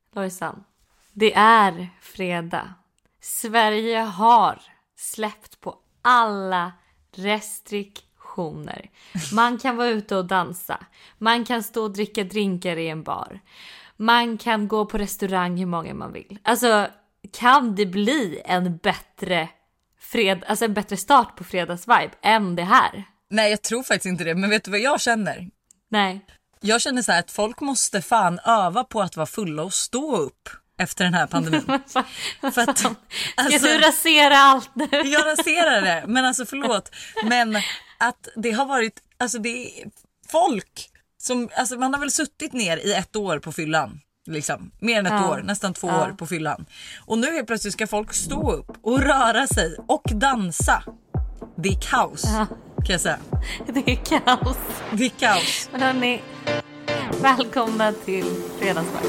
Lojsan, det är fredag. Sverige har släppt på alla restriktioner. Man kan vara ute och dansa. Man kan stå och dricka drinkar i en bar. Man kan gå på restaurang hur många man vill. Alltså, kan det bli en bättre en bättre start på fredagsvibe än det här? Nej, jag tror faktiskt inte det. Men vet du vad jag känner? Nej. Jag känner så här att folk måste fan öva på att vara fulla och stå upp efter den här pandemin. För att, ska du rasera allt nu? Jag raserar det, men alltså förlåt. Men att det har varit, alltså det är folk som, alltså man har väl suttit ner i 1 år på fyllan. Liksom, mer än 1 år, nästan 2 år på fyllan. Och nu helt plötsligt ska folk stå upp och röra sig och dansa. Det är kaos, kan jag säga. Det är kaos. Det är kaos. Men hörni, välkomna till fredagsvakt.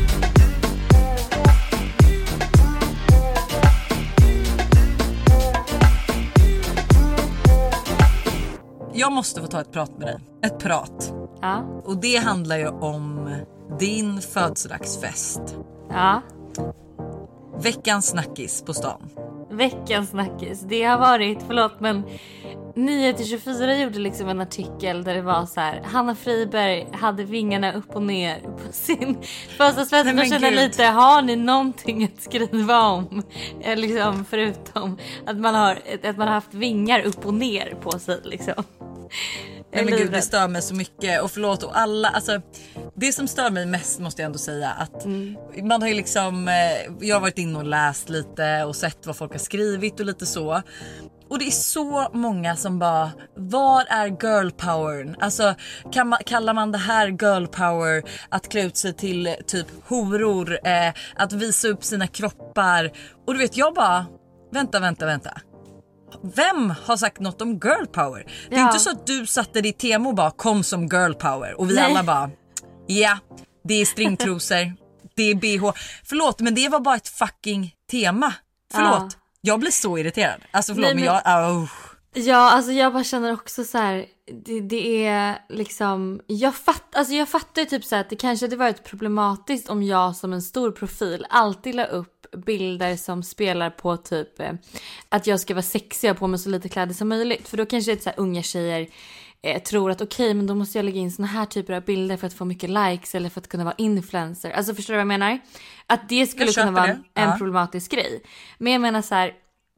Jag måste få ta ett prat med dig. Ett prat. Ja. Och det handlar ju om din födelsedagsfest. Ja. Veckans snackis på stan. Veckans snackis. Det har varit, förlåt men Nyheter 24 gjorde liksom en artikel där det var så här: Hanna Friberg hade vingarna upp och ner på sin födelsedagsfest. Jag känner lite, har ni någonting att skriva om? Liksom, förutom att man har haft vingar upp och ner på sig liksom. Nej men gud, det stör mig så mycket. Och förlåt, och alla, alltså det som stör mig mest måste jag ändå säga att man har ju liksom, jag har varit inne och läst lite och sett vad folk har skrivit och lite så. Och det är så många som bara, var är girl powern? Alltså kallar man det här girl power att klä ut sig till typ horor, att visa upp sina kroppar? Och du vet, jag bara, vänta. Vem har sagt något om girl power? Det är inte så att du satte ditt tema och bara kom som girl power. Och vi alla bara, ja, det är stringtrosor, det är BH. Förlåt, men det var bara ett fucking tema. Förlåt, jag blir så irriterad. Alltså förlåt, men jag... Ja, alltså jag bara känner också så här, det är liksom, jag fattar ju typ så här att det kanske hade varit problematiskt om jag som en stor profil alltid la upp bilder som spelar på typ att jag ska vara sexig och på mig så lite kläder som möjligt. För då kanske det är så här, unga tjejer tror att okej, men då måste jag lägga in såna här typer av bilder för att få mycket likes eller för att kunna vara influencer. Alltså förstår du vad jag menar? Att det skulle kunna vara en problematisk grej. Men jag menar så här,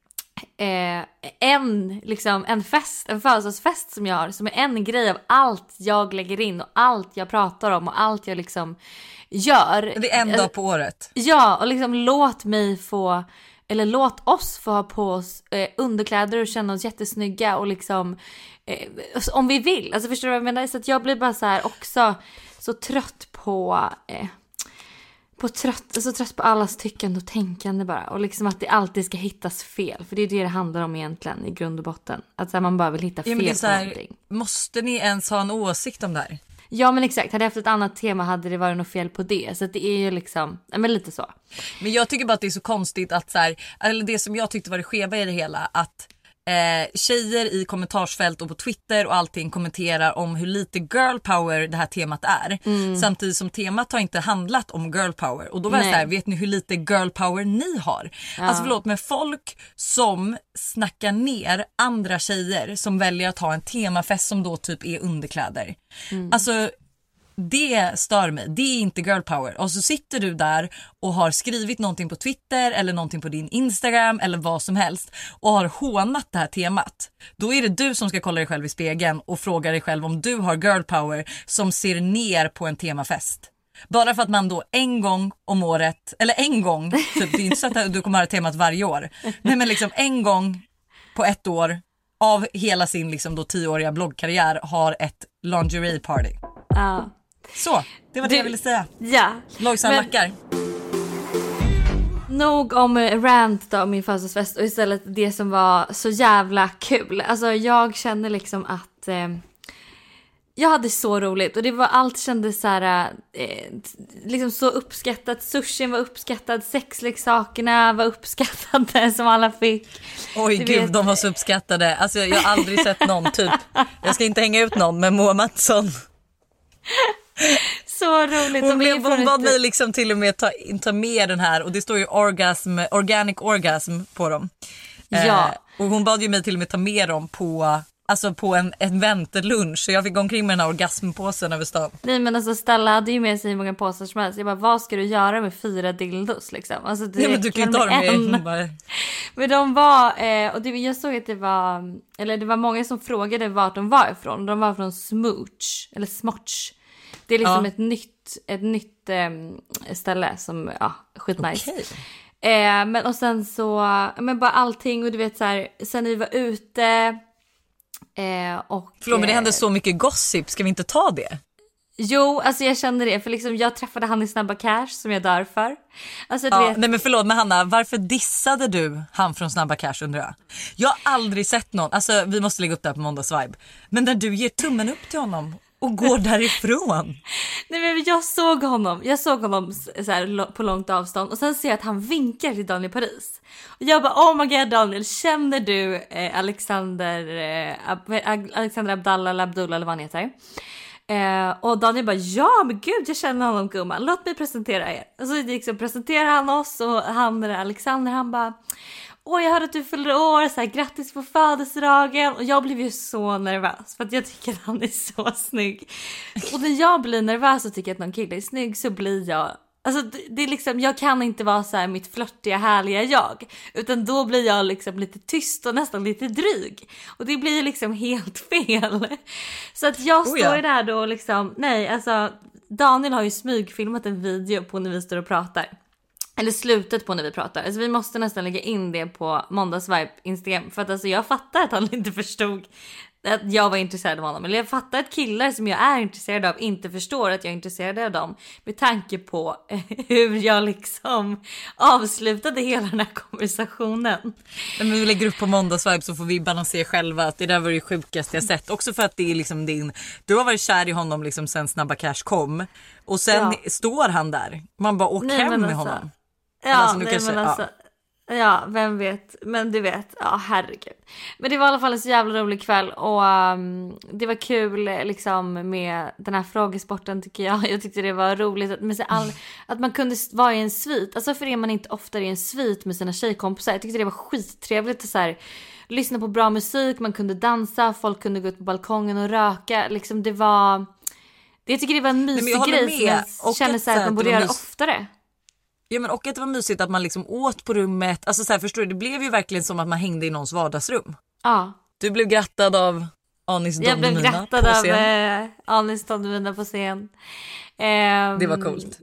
en födelsedagsfest som jag har, som är en grej av allt jag lägger in och allt jag pratar om och allt jag liksom gör. Det är en dag på året. Ja, och liksom låt oss få ha på oss underkläder och känna oss jättesnygga och liksom om vi vill. Alltså förstår du vad jag menar? Så att jag blir bara så här också så trött på trött på allas tyckande och tänkande bara. Och liksom att det alltid ska hittas fel. För det är det handlar om egentligen i grund och botten. Att så här, man bara vill hitta fel på någonting. Måste ni ens ha en åsikt om det här? Ja men exakt, hade jag haft ett annat tema hade det varit något fel på det. Så att det är ju liksom, men lite så. Men jag tycker bara att det är så konstigt att så här, eller det som jag tyckte var det skeva i det hela, att tjejer i kommentarsfält och på Twitter och allting kommenterar om hur lite girl power det här temat är. Samtidigt som temat har inte handlat om girl power. Och då var jag så här, vet ni hur lite girl power ni har? Alltså förlåt, men folk som snackar ner andra tjejer som väljer att ha en temafest som då typ är underkläder. Alltså det stör mig, det är inte girl power. Och så sitter du där och har skrivit någonting på Twitter eller någonting på din Instagram eller vad som helst och har hånat det här temat. Då är det du som ska kolla dig själv i spegeln och fråga dig själv om du har girl power som ser ner på en temafest. Bara för att man då en gång om året, eller en gång, typ, det är inte så att du kommer ha temat varje år. Nej men liksom en gång på 1 år av hela sin liksom då 10-åriga bloggkarriär har ett lingerie party. Ja. Så, det var det jag ville säga. Ja. Lojsan lackar. Nog om rant då om min födelsedagsfest och istället det som var så jävla kul. Alltså jag kände liksom att jag hade så roligt och det var, allt kändes så här liksom så uppskattat. Sushin var uppskattad, sexleksakerna var uppskattade som alla fick. Oj du gud, vet. de var så uppskattade. Alltså jag har aldrig sett någon typ. Jag ska inte hänga ut någon, men Moa Mattsson. Så roligt. Hon bad mig liksom till och med ta med den här, och det står ju organic orgasm på dem. Ja. Och hon bad ju mig till och med ta med dem på en väntelunch, så jag fick gå omkring med den här orgasmpåsen över stan. Nej men alltså Stella hade ju med sig hur många påsar som helst. Jag bara, vad ska du göra med 4 dildos liksom? Alltså, nej men du kan ju ta dem med. Men de var, och jag såg att det var många som frågade vart de var ifrån. De var från Smooch, eller Smotch. Det är liksom ett nytt ställe som, skitnice. Okay. Men och sen så, men bara allting, och du vet så här, sen vi var ute och... Förlåt, men det hände så mycket gossip, ska vi inte ta det? Jo, alltså jag kände det, för liksom jag träffade han i Snabba Cash som jag dör för. Alltså, vet... Nej men förlåt, men Hanna, varför dissade du han från Snabba Cash, undrar jag? Jag har aldrig sett någon, alltså vi måste lägga upp det här på Måndagsvibe, men när du ger tummen upp till honom och går därifrån. Nej men jag såg honom så här på långt avstånd, och sen ser jag att han vinkar till Daniel Paris. Och jag bara, oh my god Daniel, känner du Alexander Abdallah eller vad han heter? Och Daniel bara, ja men gud, jag känner honom gumman, låt mig presentera er. Och så liksom presenterar han oss, och han Alexander, han bara, åh jag hörde att du fyllde år, så här, grattis på födelsedagen. Och jag blev ju så nervös, för att jag tycker att han är så snygg. Och när jag blir nervös och tycker att någon kille är snygg, så blir jag, alltså det är liksom, jag kan inte vara så här mitt flörtiga härliga jag, utan då blir jag liksom lite tyst och nästan lite dryg, och det blir liksom helt fel. Så att jag står där då liksom, nej alltså Daniel har ju smygfilmat en video på när vi står och pratar, eller slutet på när vi pratar. Alltså vi måste nästan lägga in det på Måndagsvibe Instagram, för att alltså jag fattar att han inte förstod att jag var intresserad av honom. Eller jag fattar att killar som jag är intresserad av inte förstår att jag är intresserad av dem, med tanke på hur jag liksom avslutade hela den här konversationen. Men vi lägger upp på Måndagsvibe, så får vi balansera själva att det där var det sjukaste jag sett. Också för att det är liksom du har varit kär i honom liksom sen Snabba Cash kom, och sen står han där. Man bara, åk hem med honom. Ja, vem vet. Men du vet, herregud. Men det var i alla fall en så jävla rolig kväll. Och det var kul liksom med den här frågesporten, tycker jag. Jag tyckte det var roligt att man kunde vara i en svit. Alltså för är man inte ofta i en svit med sina tjejkompisar. Jag tyckte det var skittrevligt att så här, lyssna på bra musik. Man kunde dansa, folk kunde gå ut på balkongen och röka. Liksom jag tycker det var en mysig grej som jag känner så här, att man borde göra oftare. Ja, men och att det var mysigt att man liksom åt på rummet. Alltså så här, förstår du, det blev ju verkligen som att man hängde i någons vardagsrum. Ja. Du blev grattad av Anis Don Demina. Jag blev grattad av Anis Don Demina på scen. Det var coolt.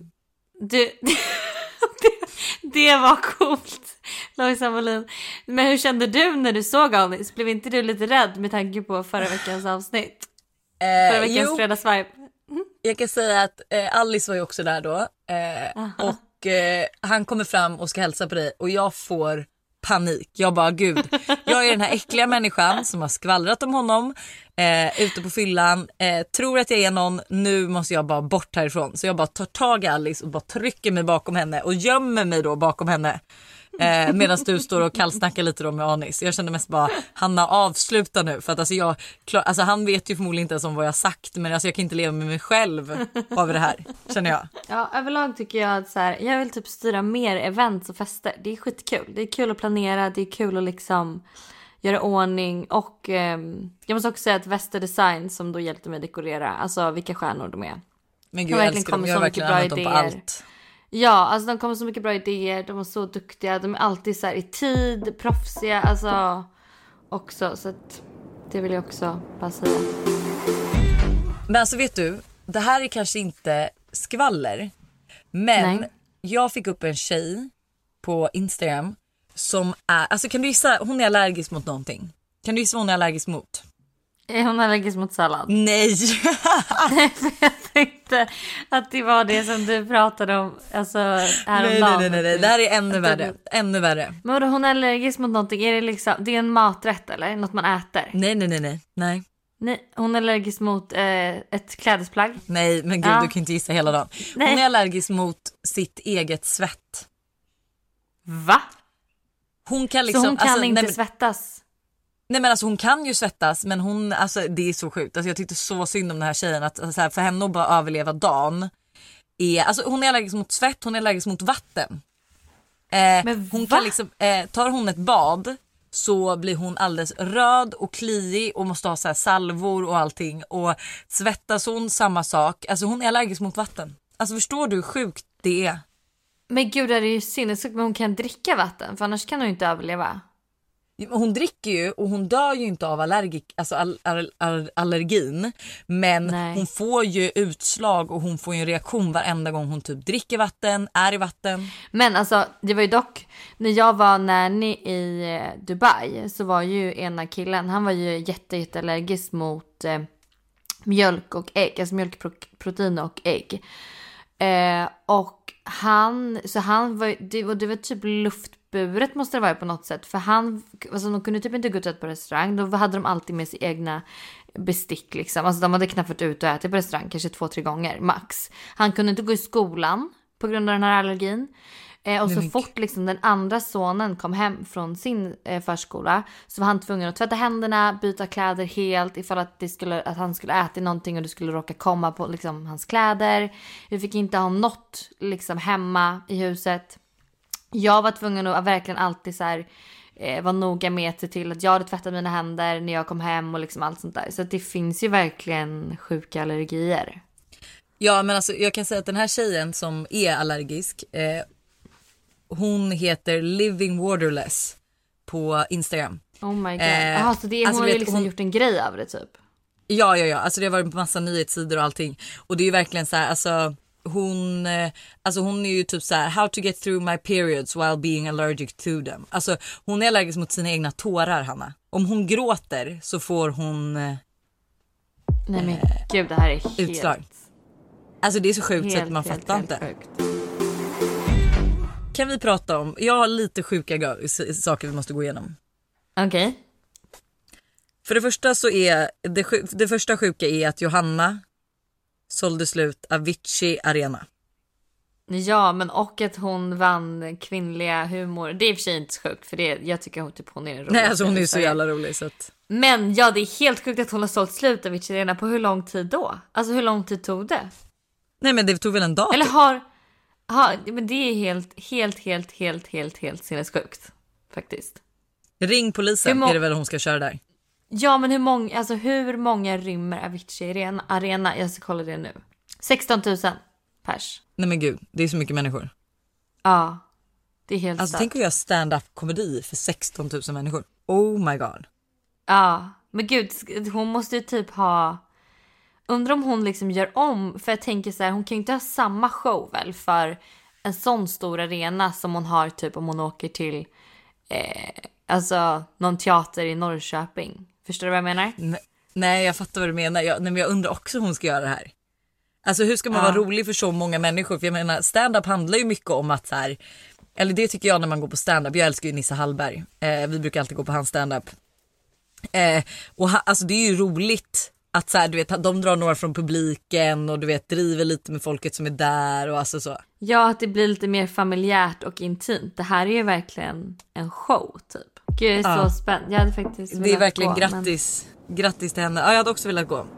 Det var coolt. Lojsa Molin. Men hur kände du när du såg Anis? Blev inte du lite rädd med tanke på förra veckans avsnitt? Förra veckans fredagsvibe. Jag kan säga att Alice var ju också där då. Och han kommer fram och ska hälsa på dig, och jag får panik. Jag bara, gud, jag är den här äckliga människan som har skvallrat om honom ute på fyllan, tror att jag är någon, nu måste jag bara bort härifrån. Så jag bara tar tag i Alice och bara trycker mig bakom henne och gömmer mig då bakom henne, medan du står och kallsnackar lite då med Anis. Jag kände mest bara, Hanna, avsluta nu, för att alltså han vet ju förmodligen inte ens om vad jag sagt, men alltså jag kan inte leva med mig själv över det här, känner jag. Ja, överlag tycker jag att så här, jag vill typ styra mer events och fester. Det är skitkul. Det är kul att planera, det är kul att liksom göra ordning, och jag måste också säga att Väster Design, som då hjälpte mig dekorera, alltså vilka stjärnor de är. Men gud, jag älskar dem. Jag har verkligen använt dem på allt. Ja, alltså de kommer så mycket bra idéer. De är så duktiga. De är alltid så här i tid, proffsiga. Alltså också, så att det vill jag också bara säga. Men alltså vet du, det här är kanske inte skvaller, men jag fick upp en tjej på Instagram som är, alltså kan du gissa, hon är allergisk mot någonting. Kan du gissa vad hon är allergisk mot? Är hon allergisk mot sallad? Nej. Jag tänkte att det var det som du pratade om, alltså häromdagen. Nej. Det här är ännu värre. Men vadå, hon är allergisk mot någonting? Är det liksom, det är en maträtt eller något man äter? Nej. Nej, hon är allergisk mot ett klädesplagg. Nej, men gud, du kan inte gissa hela dagen. Nej. Hon är allergisk mot sitt eget svett. Va? Hon kan liksom, så hon kan inte svettas? Nej, men alltså hon kan ju svettas, men hon, alltså det är så sjukt. Alltså jag tyckte så synd om den här tjejen, att alltså, för henne att bara överleva dagen är, alltså hon är allergisk mot svett, hon är allergisk mot vatten. Men Hon va? kan liksom, tar hon ett bad så blir hon alldeles röd och kliig och måste ha så här salvor och allting. Och svettas hon, samma sak. Alltså hon är allergisk mot vatten. Alltså förstår du hur sjukt det är? Men gud, det är ju sinnessjukt, men hon kan dricka vatten för annars kan hon ju inte överleva. Hon dricker ju och hon dör ju inte av allergin. Men Nej. hon får ju utslag och hon får ju en reaktion varenda gång hon typ dricker vatten, är i vatten. Men alltså, det var ju dock, när jag var nanny i Dubai så var ju ena killen, han var ju jätteallergisk mot mjölk och ägg, alltså mjölkprotein och ägg. Och han var, det var typ luftburet måste det vara på något sätt. För alltså de kunde typ inte gå ut på restaurang. Då hade de alltid med sig egna bestick liksom. Alltså de hade knappt varit ute och ätit på restaurang kanske 2-3 gånger max. Han kunde inte gå i skolan på grund av den här allergin. Och så fort liksom den andra sonen kom hem från sin förskola så var han tvungen att tvätta händerna, byta kläder helt ifall att han skulle äta någonting och det skulle råka komma på liksom hans kläder. Vi fick inte ha något liksom hemma i huset. Jag var tvungen att verkligen alltid så här vara noga med att se till att jag hade tvättat mina händer när jag kom hem och liksom allt sånt där. Så att det finns ju verkligen sjuka allergier. Ja, men alltså jag kan säga att den här tjejen som är allergisk, hon heter Living Waterless på Instagram. Oh my god. Jaha, så det, alltså, hon har ju liksom gjort en grej av det typ. Ja. Alltså det har varit en massa nyhetssidor och allting. Och det är ju verkligen så här, alltså hon är ju typ så här: how to get through my periods while being allergic to them. Alltså hon är allergisk mot sina egna tårar, Hanna. Om hon gråter så får hon nej men gud, det här är helt utslag. Alltså det är så sjukt så att man fattar inte. Sjukt. Kan vi prata om, jag har lite sjuka saker vi måste gå igenom. Okej. För det första så är det första sjuka är att Johanna sålde slut Avicii Arena. Ja, men och att hon vann kvinnliga humor. Det är i och för sig inte så sjukt, för jag tycker hon är rolig. Nej, alltså hon är så jävla rolig så att... Men ja, det är helt sjukt att hon har sålt slut av Avicii Arena. På hur lång tid då? Alltså hur lång tid tog det? Nej, men det tog väl en dag. Eller men det är helt sinnessjukt faktiskt. Ring polisen, är det väl hon ska köra där. Ja, men hur många rymmer Avicii Arena? Jag ska kolla det nu. 16 000 pers. Nej men gud, det är så mycket människor. Ja, det är helt alltså starkt. Tänk att göra stand-up komedi för 16 000 människor. Oh my god. Ja, men gud, hon måste ju typ ha... Undrar om hon liksom gör om, för jag tänker så här, hon kan ju inte ha samma show väl för en sån stor arena som hon har typ om hon åker till alltså någon teater i Norrköping. Förstår du vad jag menar? Nej, jag fattar vad du menar. Men jag undrar också hur hon ska göra det här. Alltså hur ska man vara rolig för så många människor? För jag menar, stand-up handlar ju mycket om att så här, eller det tycker jag när man går på stand-up. Jag älskar ju Nisse Hallberg. Vi brukar alltid gå på hans stand-up. Alltså det är ju roligt att så här, du vet, de drar några från publiken och du vet, driver lite med folket som är där och alltså så. Ja, att det blir lite mer familjärt och intimt. Det här är ju verkligen en show typ. Gud, det är så spännande. Jag hade faktiskt velat det är verkligen gå, grattis till henne. Ja, jag hade också velat gå.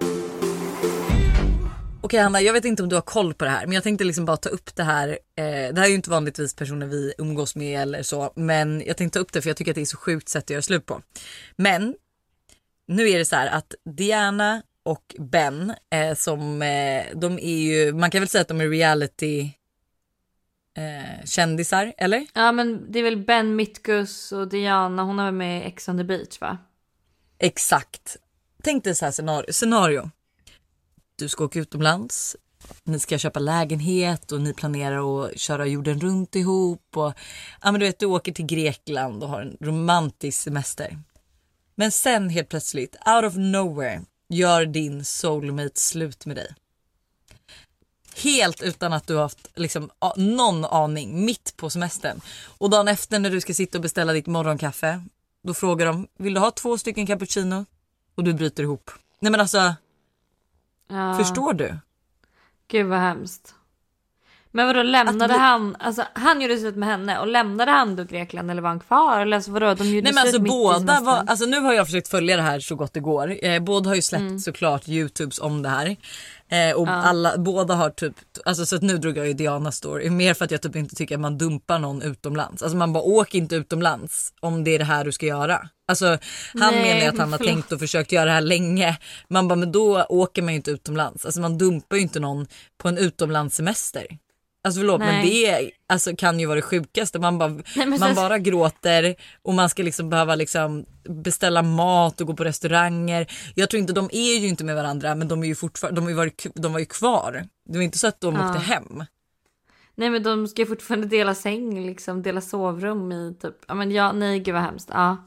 Okej Hanna, jag vet inte om du har koll på det här, men jag tänkte liksom bara ta upp det här. Det här är ju inte vanligtvis personer vi umgås med eller så, men jag tänkte ta upp det för jag tycker att det är så sjukt sätt att göra slut på. Men nu är det så här att Diana och Ben de är ju, man kan väl säga att de är reality kändisar, eller? Ja, men det är väl Ben Mitkus och Diana, hon är med i Ex on the Beach, va? Exakt. Tänk dig så här scenario. Du ska åka utomlands, ni ska köpa lägenhet och ni planerar att köra jorden runt ihop och ja, men du vet, du åker till Grekland och har en romantisk semester. Men sen helt plötsligt, out of nowhere, gör din soulmate slut med dig. Helt utan att du har haft liksom någon aning, mitt på semestern. Och dagen efter när du ska sitta och beställa ditt morgonkaffe, då frågar de, vill du ha 2 stycken cappuccino? Och du bryter ihop. Nej men alltså, förstår du? Gud vad hemskt. Men vadå, lämnade han, alltså han gjorde slut med henne och lämnade han då Grekland eller var han kvar? Eller alltså vadå, de gjorde Nej men slut alltså mitt i båda semestern. var, alltså nu har jag försökt följa det här så gott det går. Båda har ju släppt såklart YouTubes om det här. Och båda har typ, alltså så att nu drog jag ju Dianas story. Mer för att jag typ inte tycker att man dumpar någon utomlands. Alltså man bara åker inte utomlands om det är det här du ska göra. Alltså han menar ju att han har tänkt och försökt göra det här länge. Man bara, men då åker man ju inte utomlands. Alltså man dumpar ju inte någon på en utomlandssemester. Alltså förlåt, men det är, alltså, kan ju vara det sjukaste. Man bara gråter och man ska liksom behöva liksom beställa mat och gå på restauranger. Jag tror inte, de är ju inte med varandra, men de är ju fortfarande, de var ju kvar. Det var inte så att de åkte hem. Nej men de ska ju fortfarande dela säng liksom, dela sovrum i typ, ja men nej gud vad hemskt. Ja.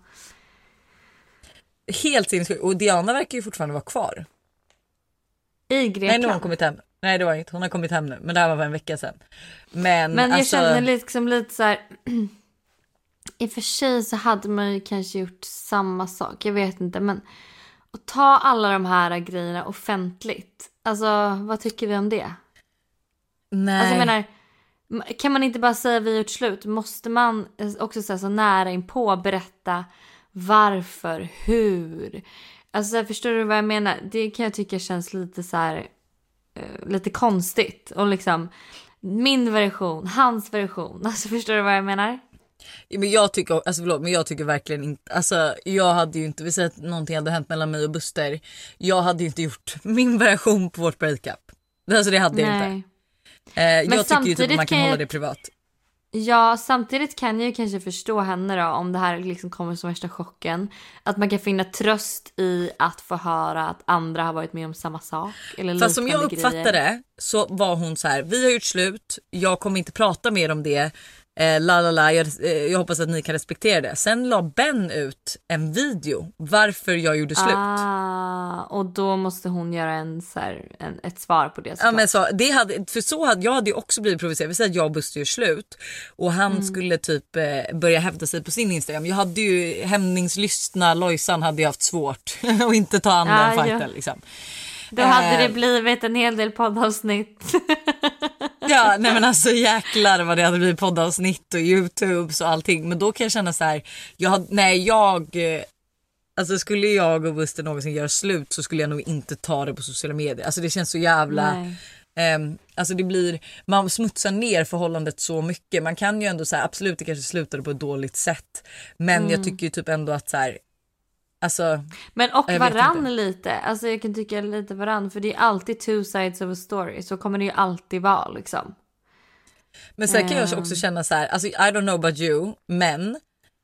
Helt sinnessjukt. Och Diana verkar ju fortfarande vara kvar. I Grekland. Nej, nu har hon kommit hem. Nej, det var inte. Hon har kommit hem nu. Men det här var för en vecka sedan. Men jag alltså... känner liksom lite så här. I och för sig så hade man ju kanske gjort samma sak. Jag vet inte. Men att ta alla de här grejerna offentligt. Alltså vad tycker vi om det? Nej. Alltså jag menar. Kan man inte bara säga vi har gjort slut? Måste man också säga så nära inpå berätta varför, hur? Alltså förstår du vad jag menar? Det kan jag tycka känns lite så här, lite konstigt. Och liksom min version, hans version. Alltså förstår du vad jag menar? Men jag tycker, alltså förlåt, men jag tycker verkligen inte, alltså jag hade ju inte, vi säger att någonting hade hänt mellan mig och Buster. Jag hade ju inte gjort min version på vårt breakup. Alltså det hade jag inte. Jag tycker ju typ att man kan hålla det privat. Ja, samtidigt kan jag ju kanske förstå henne då, om det här liksom kommer som värsta chocken. Att man kan finna tröst i att få höra att andra har varit med om samma sak. Eller fast som jag uppfattade det så var hon så här: vi har gjort slut, jag kommer inte prata mer om det. Jag hoppas att ni kan respektera det. Sen la Ben ut en video varför jag gjorde slut. Och då måste hon göra ett svar på det. Ja, men så, jag hade ju också blivit provocerad. Vi säger att jag och Buster gör slut och han skulle typ börja hävda sig på sin Instagram. Jag hade ju hämningslystna Lojsan hade jag haft svårt att inte ta an den fighten liksom. Då hade det blivit en hel del poddavsnitt. Ja, nej men alltså jäklar vad det hade blivit poddavsnitt och YouTubes och allting. Men då kan jag känna så här, alltså skulle jag och Buster någonsin göra slut så skulle jag nog inte ta det på sociala medier. Alltså det känns så jävla... alltså det blir, man smutsar ner förhållandet så mycket. Man kan ju ändå säga absolut, det kanske slutade på ett dåligt sätt. Men jag tycker ju typ ändå att så här, alltså, men och varann lite. Alltså jag kan tycka lite varann. För det är alltid two sides of a story. Så kommer det ju alltid vara liksom. Men sen kan jag också känna så här, alltså I don't know about you, men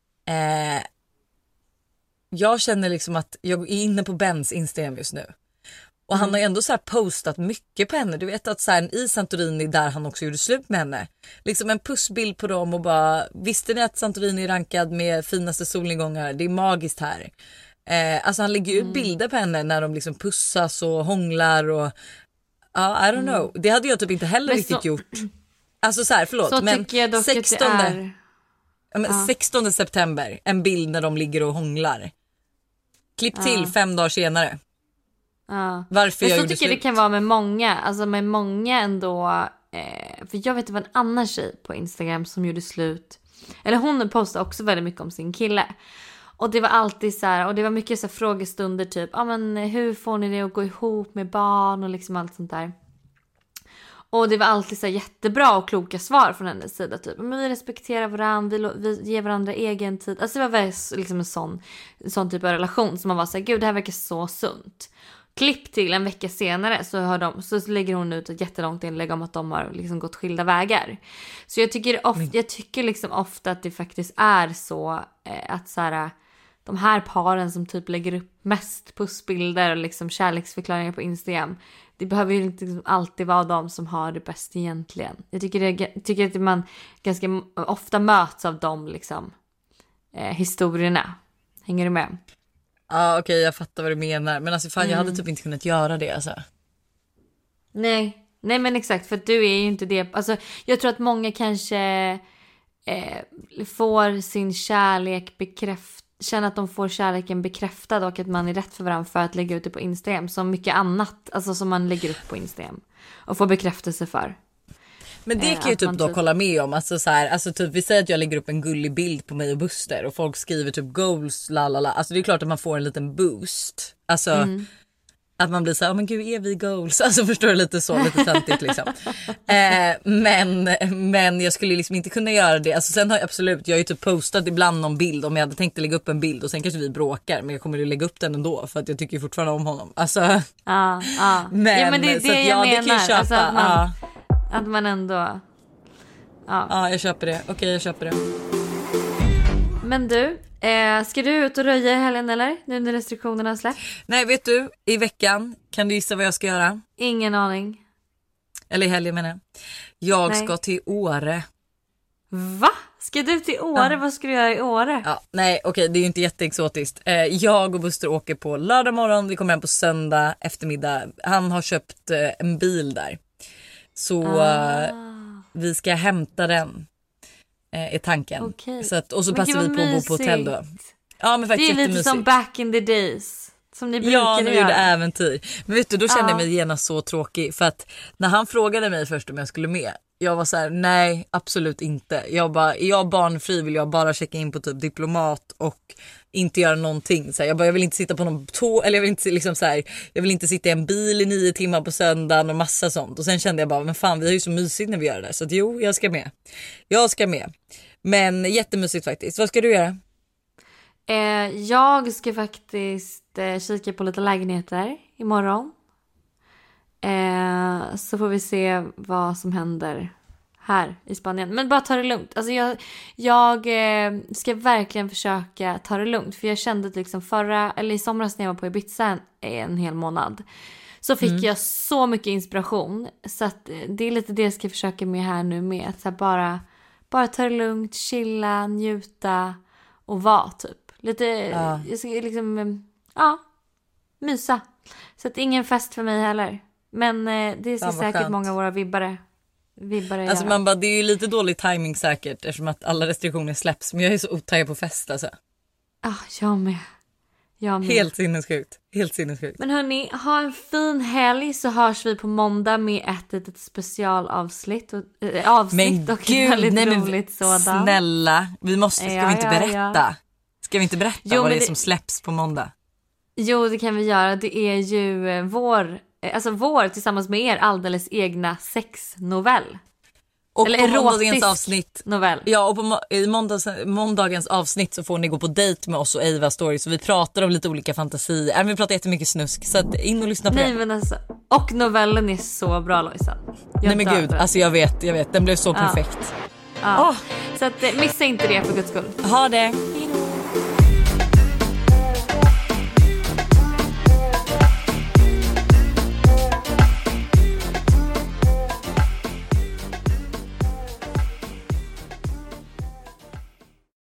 jag känner liksom att jag är inne på Bens Instagram just nu. Och han har ju ändå så här postat mycket på henne. Du vet att så här, i Santorini där han också gjorde slut med henne. Liksom en pussbild på dem och bara, visste ni att Santorini är rankad med finaste solnedgångar? Det är magiskt här. Alltså han lägger ut bilder på henne när de liksom pussas och hånglar och I don't know. Det hade jag typ inte heller riktigt gjort. Alltså så här, förlåt. Så men tycker jag dock 16, att det är... 16 september, en bild när de ligger och hånglar. Klipp till 5 dagar senare. Varför jag så gjorde tycker slut. det kan vara med många. Alltså med många ändå. För jag vet det var en annan tjej på Instagram som gjorde slut. Eller hon postade också väldigt mycket om sin kille. Och det var alltid så här, och det var mycket så här frågestunder typ, men hur får ni det att gå ihop med barn och liksom allt sånt där. Och det var alltid så här jättebra och kloka svar från hennes sida typ, men vi respekterar varandra, vi ger varandra egen tid. Alltså det var väldigt liksom en sån typ av relation som man var så här, gud det här verkar så sunt. Klipp till en vecka senare så lägger hon ut ett jättelångt inlägg om att de har liksom gått skilda vägar. Så jag tycker liksom ofta att det faktiskt är så att så här, de här paren som typ lägger upp mest pussbilder och liksom kärleksförklaringar på Instagram, det behöver ju inte alltid vara de som har det bäst egentligen. Jag tycker att man ganska ofta möts av de liksom historierna. Hänger du med? Ja, okej, jag fattar vad du menar. Men alltså fan, jag hade typ inte kunnat göra det alltså. Nej men exakt, för att du är ju inte det. Alltså jag tror att många kanske får sin kärlek känner att de får kärleken bekräftad och att man är rätt för varandra för att lägga ut det på Instagram. Som mycket annat, alltså som man lägger upp på Instagram och får bekräftelse för. Men det kan ju typ då kolla med om. Alltså, så här, alltså typ, vi säger att jag lägger upp en gullig bild på mig och Buster och folk skriver typ goals, lalala. Alltså det är klart att man får en liten boost. Alltså att man blir så här, men gud, är vi goals? Alltså förstår du, lite så, lite töntigt liksom. Men jag skulle liksom inte kunna göra det. Alltså sen har jag absolut, jag har ju typ postat ibland någon bild om jag hade tänkt att lägga upp en bild och sen kanske vi bråkar, men jag kommer ju lägga upp den ändå för att jag tycker fortfarande om honom. Alltså. Men, ja, men det är det jag menar. Det kan jag köpa. Alltså att man ändå. Ja, jag köper det. Okej, jag köper det. Men du, ska du ut och röja i helgen eller? Nu när restriktionerna har släppt? Nej, vet du, i veckan kan du gissa vad jag ska göra? Ingen aning. Eller i helgen menar jag. Jag ska till Åre. Va? Ska du till Åre? Vad ska du göra i Åre? Ja, nej, okej, det är ju inte jätteexotiskt. Jag och Buster åker på lördag morgon. Vi kommer hem på söndag eftermiddag. Han har köpt en bil där. Så vi ska hämta den. Är tanken. Okay. Så att, och så passar vi på att bo på hotell då. Ja, men faktiskt det är lite som back in the days. Som ni brukade när vi göra. gjorde äventyr. Men vet du, då kände jag mig genast så tråkig. För att när han frågade mig först om jag skulle med, jag var så här: nej, absolut inte. Är jag barnfri vill jag bara checka in på typ diplomat och inte göra någonting. Så här, jag vill inte sitta på någon tåg, eller jag vill inte liksom så här, jag vill inte sitta i en bil i 9 timmar på söndagen och massa sånt. Och sen kände jag bara, men fan, vi har ju så mysigt när vi gör det där. Så att, jo, jag ska med. Jag ska med. Men jättemysigt faktiskt. Vad ska du göra? Jag ska faktiskt kika på lite lägenheter imorgon. Så får vi se vad som händer här i Spanien. Men bara ta det lugnt. Alltså jag ska verkligen försöka ta det lugnt. För jag kände att liksom i somras när jag var på Ibiza en hel månad, så fick jag så mycket inspiration. Så att det är lite det jag ska försöka med här nu med. Att så här bara ta det lugnt, chilla, njuta och vara typ. Lite, jag ska liksom, mysa. Så att ingen fest för mig heller. Men det ska säkert skönt. Många av våra vibbare alltså man bara, det är ju lite dålig timing säkert eftersom att alla restriktioner släpps. Men jag är så otaggad på fest alltså. Jag med. Helt sinnessjukt. Men hörni, ha en fin helg, så hörs vi på måndag med ett litet specialavsnitt och ett väldigt roligt sådant. Snälla, ska vi inte berätta? Ska vi inte berätta vad det är som släpps på måndag? Jo, det kan vi göra. Det är ju vår tillsammans med er alldeles egna sexnovell. Och eller på måndagens avsnitt novell. Ja, och i måndagens avsnitt så får ni gå på dejt med oss och Eva Story. Så vi pratar om lite olika fantasier. Vi pratar jättemycket snusk. Så att in och lyssna på det. Men alltså, och novellen är så bra, Lojsan. Nej men gud, alltså jag vet. Den blev så perfekt. Så att missa inte det för guds skull. Ha det. Hejdå.